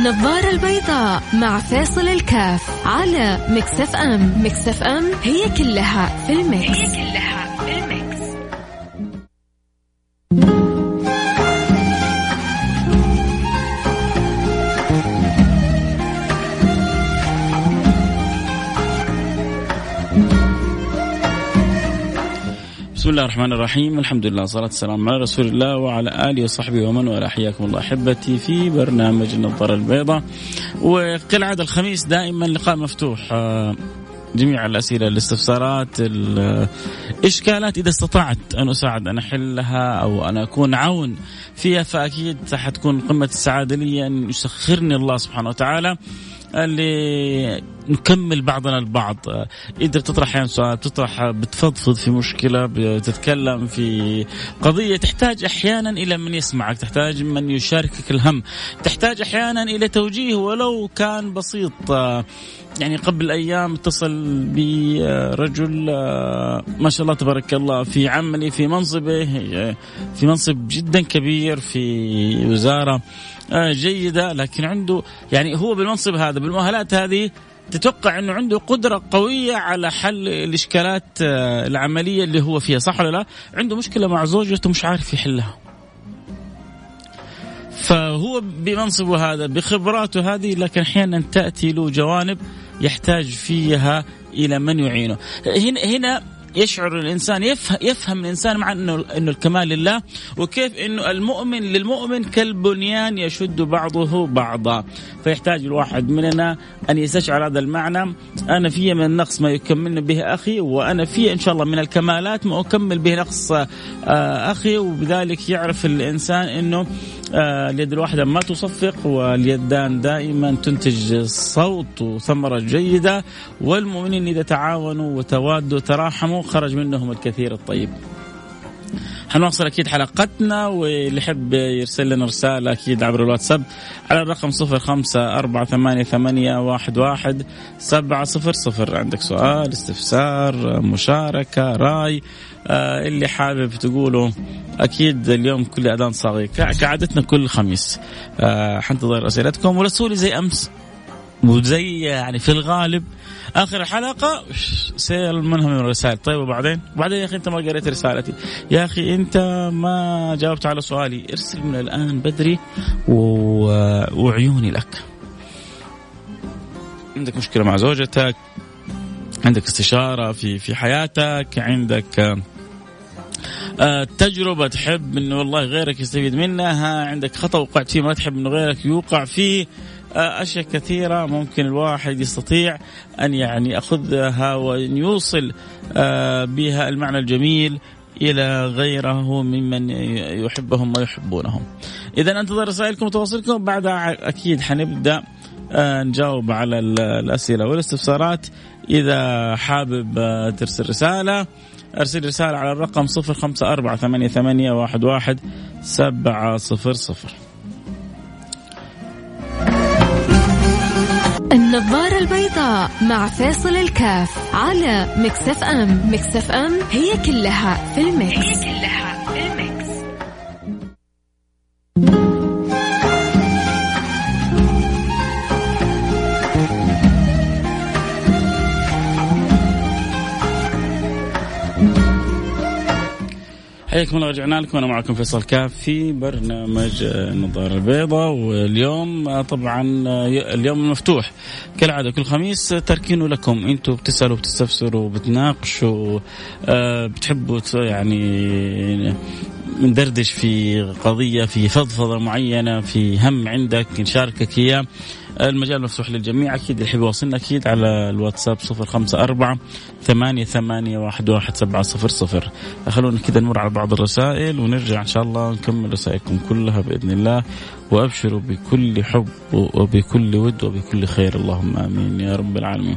النظارة البيضاء مع فاصل الكاف على ميكس اف ام. ميكس اف ام هي كلها في الميكس. بسم الله الرحمن الرحيم. الحمد لله والصلاة والسلام على رسول الله وعلى آله وصحبه ومن والاه. حياكم الله أحبتي في برنامج النظارة البيضاء. وكالعادة الخميس دائما لقاء مفتوح، جميع الأسئلة، الاستفسارات، الإشكالات، إذا استطعت أن أساعد أن أحلها أو أن أكون عون فيها فأكيد حتكون قمة السعادة لي أن يسخرني الله سبحانه وتعالى اللي نكمل بعضنا البعض. إذا تطرح يعني سؤال، بتفضفض في مشكلة، بتتكلم في قضية تحتاج أحيانا إلى من يسمعك، تحتاج من يشاركك الهم، تحتاج أحيانا إلى توجيه ولو كان بسيط. يعني قبل أيام اتصل برجل ما شاء الله تبارك الله في عملي، في منصبه، في منصب جدا كبير في وزارة جيدة، لكن عنده يعني هو بالمنصب هذا بالمؤهلات هذه تتوقع أنه عنده قدرة قوية على حل الإشكالات العملية اللي هو فيها، صح ولا لا؟ عنده مشكلة مع زوجته مش عارف يحلها، فهو بمنصبه هذا بخبراته هذه، لكن أحيانا تأتي له جوانب يحتاج فيها إلى من يعينه. هنا يشعر الإنسان، يفهم الإنسان مع إنه الكمال لله، وكيف إنه المؤمن للمؤمن كالبنيان يشد بعضه بعضا. فيحتاج الواحد مننا أن يستشعر هذا المعنى، أنا في من النقص ما يكملني به أخي، وأنا في إن شاء الله من الكمالات ما أكمل به نقص أخي. وبذلك يعرف الإنسان إنه اليد الواحدة ما تصفق، واليدان دائما تنتج صوت وثمرة جيدة، والمؤمنين إذا تعاونوا وتوادوا تراحموا خرج منهم الكثير الطيب. حنواصل أكيد حلقتنا، واللي يحب يرسل لنا رسالة أكيد عبر الواتساب على الرقم 0548811700. عندك سؤال، استفسار، مشاركة، رأي، اللي حابب تقوله أكيد اليوم كل أذان صاغي كعادتنا كل خميس حنتظر أسئلتكم. ورسولي زي أمس وزي يعني في الغالب آخر الحلقة سيل منهم من الرسائل. طيب وبعدين يا أخي أنت ما قريت رسالتي، يا أخي أنت ما جاوبت على سؤالي، ارسل من الآن بدري وعيوني لك. عندك مشكلة مع زوجتك، عندك استشارة في حياتك، عندك تجربة تحب إنه والله غيرك يستفيد منها، عندك خطأ وقعت فيه ما تحب إنه غيرك يوقع فيه، أشياء كثيرة ممكن الواحد يستطيع أن يعني أخذها وأن يوصل بها المعنى الجميل إلى غيره ممن يحبهم ويحبونهم. إذا أنتظر رسائلكم وتواصلكم، بعدها أكيد حنبدأ نجاوب على الأسئلة والاستفسارات. إذا حابب ترسل رسالة، أرسل رسالة على الرقم 0548811700. النظارة البيضاء مع فاصل الكاف على ميكس اف ام. ميكس اف ام هي كلها في الميكس. حياكم الله، رجعنا لكم. أنا معكم فيصل كاف في برنامج النظارة البيضاء. واليوم طبعا اليوم المفتوح كالعادة كل خميس تركينه لكم، أنتوا بتسألوا بتستفسروا بتناقشوا، بتحبوا يعني ندردش في قضية، في فضفضة معينة، في هم عندك نشاركك إياه. المجال مفتوح للجميع. أكيد اللي يحب يوصلنا أكيد على الواتساب 0548811700. خلونا كده نمر على بعض الرسائل ونرجع إن شاء الله نكمل رسائلكم كلها بإذن الله. وأبشروا بكل حب وبكل ود وبكل خير، اللهم آمين يا رب العالمين.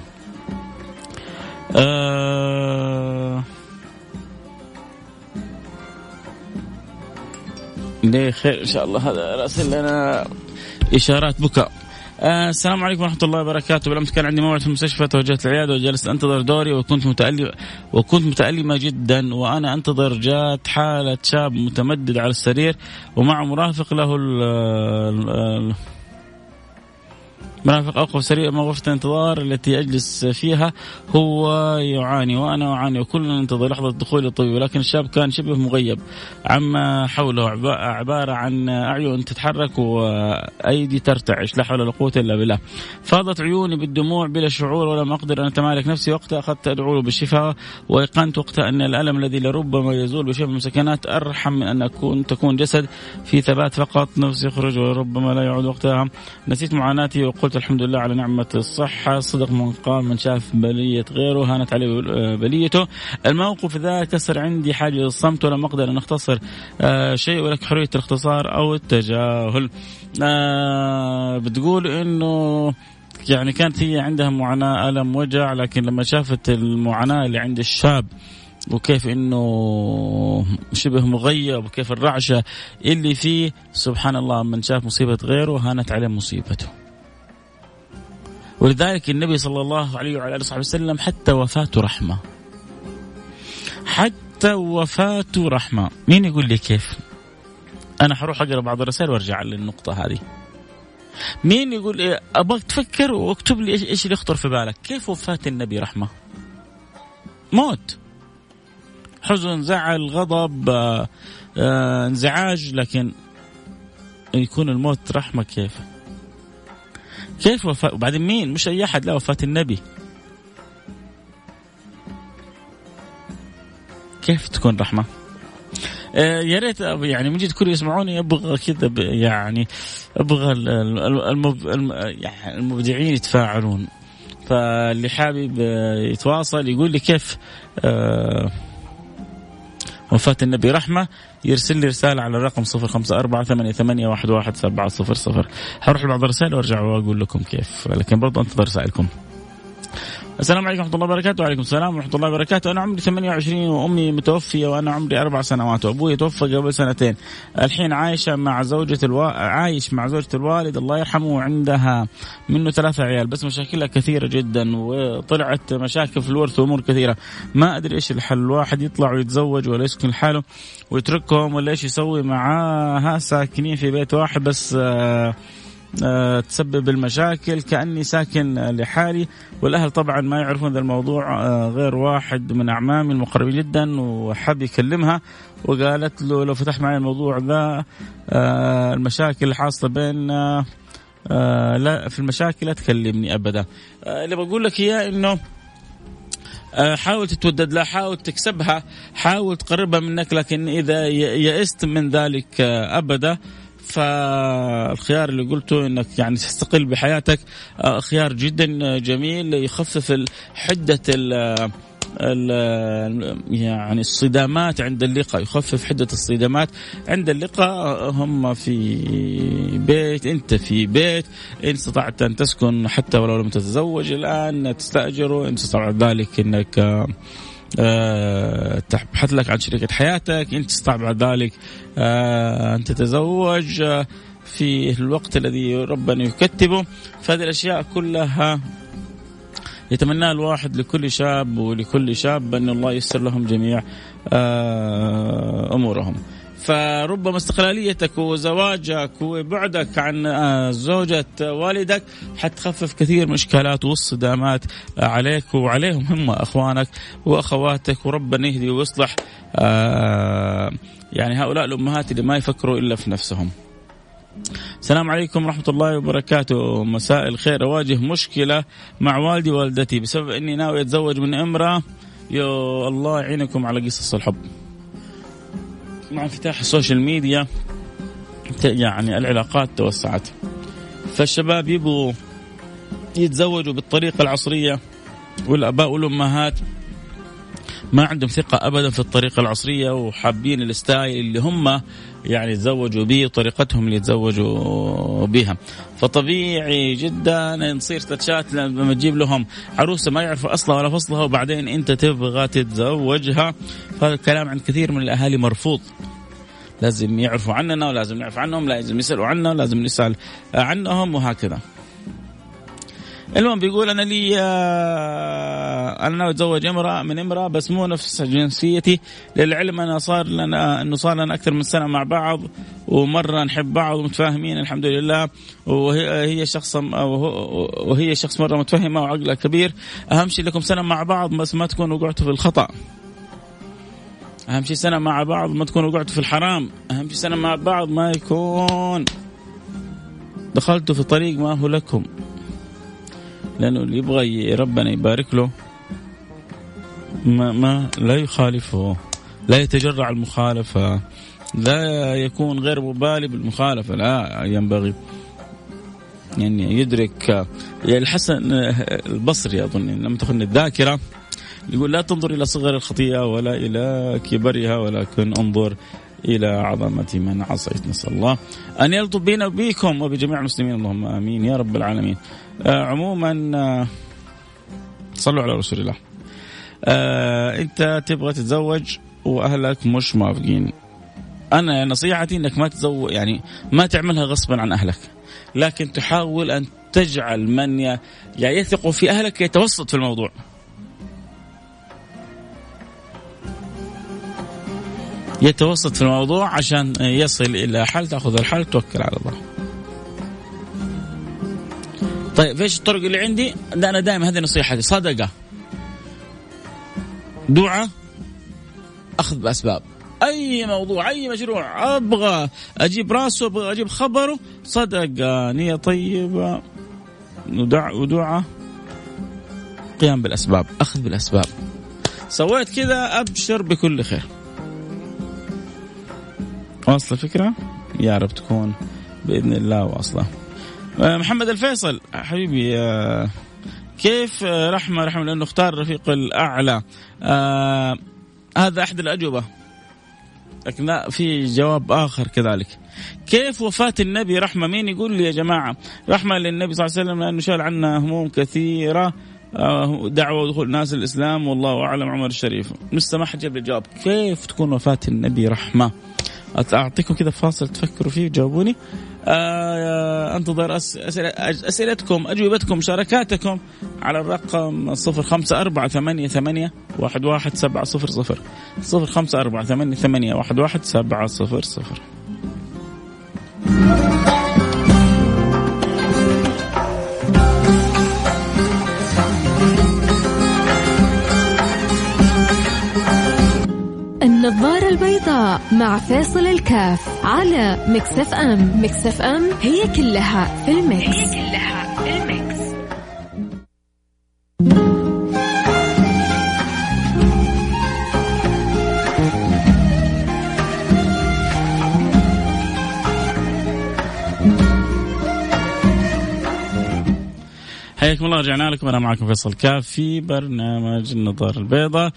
ليه خير إن شاء الله. هذا راسل لنا إشارات بكاء. السلام عليكم ورحمة الله وبركاته. بالأمس كان عندي موعد في المستشفى، توجهت العيادة وجلست أنتظر دوري وكنت متألمة جدا وأنا أنتظر. جاءت حالة شاب متمدد على السرير ومع مرافق له مرافق أوقف سريع ما غرفة الانتظار التي أجلس فيها هو يعاني وأنا أعاني وكلنا ننتظر لحظة دخول الطبيب، ولكن الشاب كان شبه مغيب عما حوله، عبارة عن أعين تتحرك وأيدي ترتعش، لا حول ولا قوة إلا بالله. فاضت عيوني بالدموع بلا شعور ولم أقدر أن أتمالك نفسي. وقتها أخذت أدعو له بالشفاء، وأيقنت وقتها أن الألم الذي لربما يزول بشفاء المسكنات أرحم من أن تكون جسد في ثبات فقط، نفس يخرج وربما لا يعود. وقتها نسيت معاناتي وقلت الحمد لله على نعمة الصحة. صدق من قال من شاف بلية غيره هانت عليه بليته. الموقف ذا كسر عندي حاجز الصمت ولم أقدر أن أختصر شيء، ولك حرية الاختصار أو التجاهل. بتقول إنه يعني كانت هي عندها معاناة ألم وجع، لكن لما شافت المعاناة اللي عند الشاب وكيف إنه شبه مغيب وكيف الرعشة اللي فيه، سبحان الله، من شاف مصيبة غيره هانت عليه مصيبته. ولذلك النبي صلى الله عليه وعلى آله وصحبه وسلم حتى وفاته رحمة، حتى وفاته رحمة. مين يقول لي كيف؟ أنا حروح أقرأ بعض الرسائل وارجع للنقطة هذه. مين يقول إيه؟ أبغاك تفكر واكتب لي إيش اللي يخطر في بالك. كيف وفاة النبي رحمة؟ موت، حزن، زعل، غضب، انزعاج، لكن يكون الموت رحمة. كيف وفاة؟ وبعدين مين؟ مش أي أحد، لا، وفاة النبي. كيف تكون رحمة؟ يا ريت يعني من جد كل يسمعوني أبغى كذا، يعني أبغى المبدعين يتفاعلون. فاللي حابب يتواصل يقول لي كيف وفاة النبي رحمة، يرسل لي رسالة على الرقم 0548811700. هروح لبعض الرسائل وارجع واقول لكم كيف، لكن برضو انتظر رسائلكم. السلام عليكم ورحمة الله وبركاته. وعليكم السلام ورحمة الله وبركاته. أنا عمري 28 وأمي متوفية، وأنا عمري 4 سنوات، وأبوي توفى قبل 2 سنين. الحين عايش مع زوجة الوالد الله يرحمه، وعندها منه 3 عيال، بس مشاكلها كثيرة جدا، وطلعت مشاكل في الورث وأمور كثيرة. ما أدري إيش الحل. الواحد يطلع ويتزوج ولا يسكن لحاله ويتركهم، ولا إيش يسوي معاها؟ ساكنين في بيت واحد بس تسبب المشاكل، كأني ساكن لحالي، والأهل طبعا ما يعرفون ذا الموضوع غير واحد من أعمامي المقربين جدا، وحب يكلمها وقالت له لو فتح معي الموضوع ذا المشاكل الحاصلة بيننا، لا في المشاكل لا تكلمني أبدا. اللي بقول لك إياه إنه حاول تتودد لها، حاول تكسبها، حاول تقربها منك، لكن إذا يئست من ذلك أبدا، فالخيار اللي قلته انك يعني تستقل بحياتك خيار جدا جميل، يخفف حدة يعني الصدامات عند اللقاء، يخفف حدة الصدامات عند اللقاء. هم في بيت، انت في بيت، ان استطعت ان تسكن حتى ولو لم تتزوج الان تستأجره، ان استطعت ذلك انك تبحث لك عن شريكة حياتك، انت تستطيع بعد ذلك أن تتزوج في الوقت الذي ربنا يكتبه. فهذه الأشياء كلها يتمنى الواحد لكل شاب ولكل شاب أن الله ييسر لهم جميع أمورهم. فربما استقلاليتك وزواجك وبعدك عن زوجة والدك حتخفف كثير من الإشكالات والصدامات عليك وعليهم هم أخوانك وأخواتك، وربنا يهدي ويصلح يعني هؤلاء الأمهات اللي ما يفكروا إلا في نفسهم. السلام عليكم ورحمة الله وبركاته. مساء الخير. أواجه مشكلة مع والدي ووالدتي بسبب أني ناوي أتزوج من امرأة. يا الله يعينكم على قصص الحب. مع انفتاح السوشيال ميديا يعني العلاقات توسعت، فالشباب يبغوا يتزوجوا بالطريقة العصرية، والآباء والأمهات ما عندهم ثقة أبدا في الطريقة العصرية، وحابين الستايل اللي هم يعني يتزوجوا به، طريقتهم اللي يتزوجوا بها. فطبيعي جدا نصير تتشات لما تجيب لهم عروسة ما يعرفوا أصلها ولا فصلها، وبعدين أنت تبغى تتزوجها. فهذا الكلام عند كثير من الأهالي مرفوض. لازم يعرفوا عننا ولازم نعرف عنهم، لازم يسألوا عنا، لازم نسأل عنهم، وهكذا. المهم بيقول أنا لي أنا ناوي أتزوج امرأة من امرأة بس مو نفس جنسيتي. للعلم أنه صار لنا أكثر من سنة مع بعض ومرة نحب بعض ومتفاهمين الحمد لله، وهي شخص مرة متفهمة وعقلها كبير. أهم شيء لكم سنة مع بعض بس ما تكونوا وقعتوا في الخطأ. أهم شيء سنة مع بعض ما تكونوا وقعتوا في الحرام. أهم شيء سنة مع بعض ما يكون دخلتوا في طريق ما هو لكم، لأنه اللي يبغى ربنا يبارك له ما لا يخالفه، لا يتجرع المخالفة، لا يكون غير مبالي بالمخالفة. لا ينبغي يعني يدرك. الحسن البصري أظن لما تخن الذاكرة يقول لا تنظر إلى صغر الخطيئة ولا إلى كبرها ولكن انظر إلى عظمة من عصيت. نسأل الله أن يلطف بنا وبيكم وبجميع المسلمين، اللهم آمين يا رب العالمين. عموما صلوا على رسول الله. أنت تبغى تتزوج وأهلك مش موافقين، أنا نصيحتي أنك ما تتزوج، يعني ما تعملها غصبا عن أهلك، لكن تحاول أن تجعل من يعني يثق في أهلك يتوسط في الموضوع. يتوسط في الموضوع عشان يصل إلى حل، تأخذ الحل توكل على الله. طيب ايش الطرق اللي عندي؟ ده أنا دائما هذه نصيحتي: صدقة، دعاء، أخذ بأسباب. أي موضوع أي مشروع أبغى أجيب راسه أبغى أجيب خبره، صدقة، نية طيبة، ودعاء، قيام بالأسباب، أخذ بالأسباب. سويت كذا أبشر بكل خير. واصل الفكرة؟ يا رب تكون بإذن الله واصلة. محمد الفيصل حبيبي، كيف رحمة لأنه اختار الرفيق الأعلى؟ هذا أحد الأجوبة، لكن لا في جواب آخر كذلك. كيف وفاة النبي رحمة؟ مين يقول لي يا جماعة؟ رحمة للنبي صلى الله عليه وسلم لأنه شال عنا هموم كثيرة، دعوة ودخول ناس الإسلام، والله أعلم. عمر الشريف لسه ما حد جاب لي جواب. كيف تكون وفاة النبي رحمة؟ أعطيكم كذا فاصل تفكروا فيه وجاوبوني. أنتظر أسئلتكم، أجوبتكم، مشاركاتكم على الرقم 0548811700 0548811700. النظارة البيضاء مع فاصل الكاف على مكسف أم. مكسف أم هي كلها في المكس. حياكم الله، رجعنا لكم. أنا معكم فيصل كاف في برنامج النظارة البيضاء،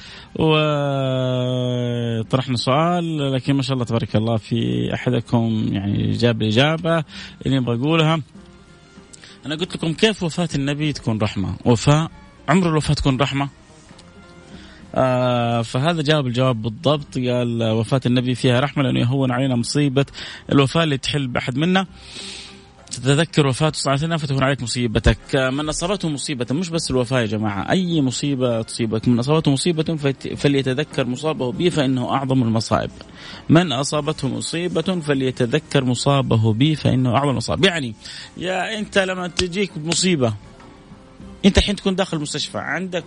وطرحنا سؤال لكن ما شاء الله تبارك الله في أحدكم يعني جاب الإجابة اللي نبغى أقولها. أنا قلت لكم كيف وفاة النبي تكون رحمة؟ عمر الوفاة تكون رحمة؟ فهذا جاب الجواب بالضبط، قال وفاة النبي فيها رحمة لأنه يهون علينا مصيبة الوفاة اللي تحل بأحد منا. تتذكر وفاته صلى الله عليه وسلم فتكون عليك مصيبتك. من أصابته مصيبة، مش بس الوفاة يا جماعة، أي مصيبة تصيبك، من أصابته مصيبة فليتذكر مصابه بي فإنه أعظم المصائب. من أصابته مصيبة فليتذكر مصابه بي فإنه أعظم المصائب. يعني يا أنت لما تجيك مصيبة، أنت حين تكون داخل المستشفى عندك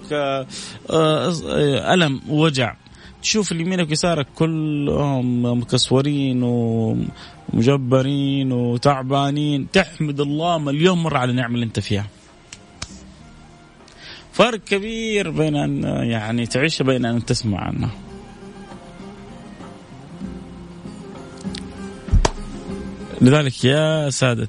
ألم ووجع، تشوف اللي يمينك ويسارك كلهم مكسورين ومجبرين وتعبانين، تحمد الله مليون مرة على النعمة اللي انت فيها. فرق كبير بين أن يعني تعيش بين أن تسمع عنه. لذلك يا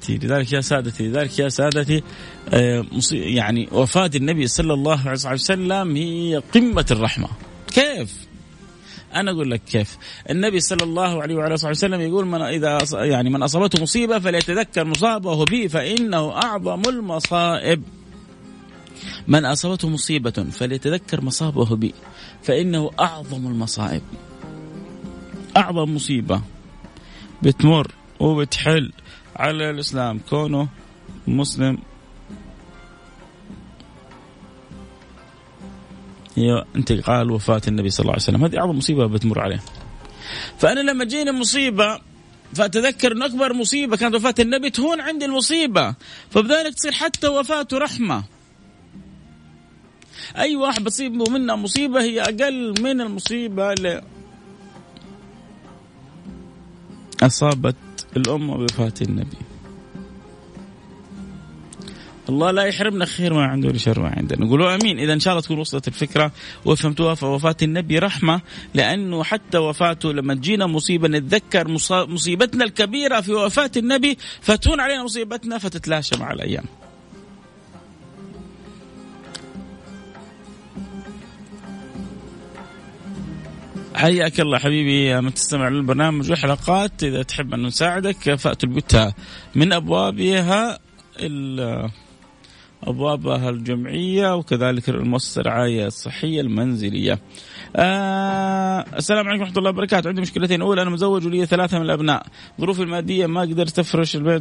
سادتي يعني وفاة النبي صلى الله عليه وسلم هي قمة الرحمة. كيف؟ أنا أقول لك كيف. النبي صلى الله عليه وعلى آله وسلم يقول من أصابته مصيبة فليتذكر مصابه به فإنه أعظم المصائب. من أصابته مصيبة فليتذكر مصابه به فإنه أعظم المصائب. أعظم مصيبة بتمر وبتحل على الإسلام كونه مسلم هي انتقال وفاة النبي صلى الله عليه وسلم. هذه أعظم مصيبة بتمر عليه. فأنا لما جينا مصيبة فأتذكر أن أكبر مصيبة كانت وفاة النبي تهون عندي المصيبة، فبذلك تصير حتى وفاته رحمة. أي واحد بتصيب منها مصيبة هي أقل من المصيبة اللي أصابت الأمة بوفاة النبي. الله لا يحرمنا خير ما عنده لشر ما عندنا. نقولوا امين. اذا ان شاء الله تكون وصلت الفكره وفهمتوها. فوفاه النبي رحمه، لانه حتى وفاته لما تجينا مصيبه نتذكر مصيبتنا الكبيره في وفاه النبي، فتهون علينا مصيبتنا فتتلاشى مع الايام. حياك الله حبيبي من تستمع للبرنامج والحلقات. اذا تحب ان نساعدك فأت البيوت من أبوابها الجمعية وكذلك المؤسسة الرعاية الصحية المنزلية. السلام عليكم ورحمة الله وبركاته. عندي مشكلتين. أولا أنا مزوج ولي 3 من الأبناء، ظروفي المادية ما قدرت أفرش البيت.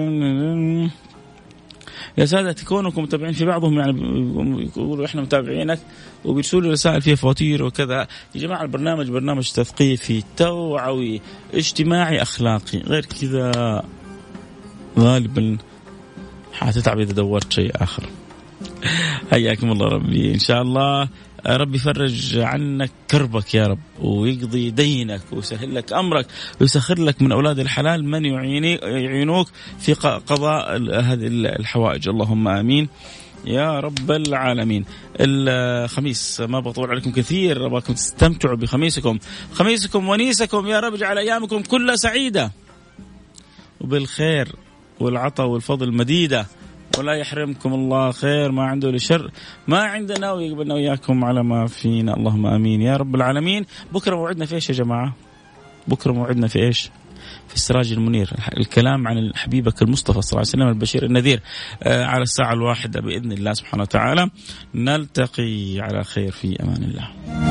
يا سادة كونكم متابعين في بعضهم يعني يقولوا إحنا متابعينك وبيرسلوا لي رسائل فيها فواتير وكذا. يا جماعة البرنامج برنامج تثقيفي توعوي اجتماعي أخلاقي، غير كذا غالبا حتتعب إذا دورت شيء آخر. حياكم الله. ربي إن شاء الله ربي يفرج عنك كربك يا رب، ويقضي دينك ويسهل لك أمرك ويسخر لك من أولاد الحلال من يعينوك في قضاء هذه الحوائج. اللهم آمين يا رب العالمين. الخميس ما بطول عليكم كثير، أبغاكم تستمتعوا بخميسكم، خميسكم ونيسكم. يا رب اجعل أيامكم كلها سعيدة وبالخير والعطاء والفضل مديدة، ولا يحرمكم الله خير ما عنده لشر ما عندنا، ويقبلنا وياكم على ما فينا. اللهم آمين يا رب العالمين. بكرة موعدنا في إيش يا جماعة؟ بكرة موعدنا في إيش؟ في السراج المنير، الكلام عن حبيبك المصطفى صلى الله عليه وسلم البشير النذير على الساعة 1 بإذن الله سبحانه وتعالى. نلتقي على خير في أمان الله.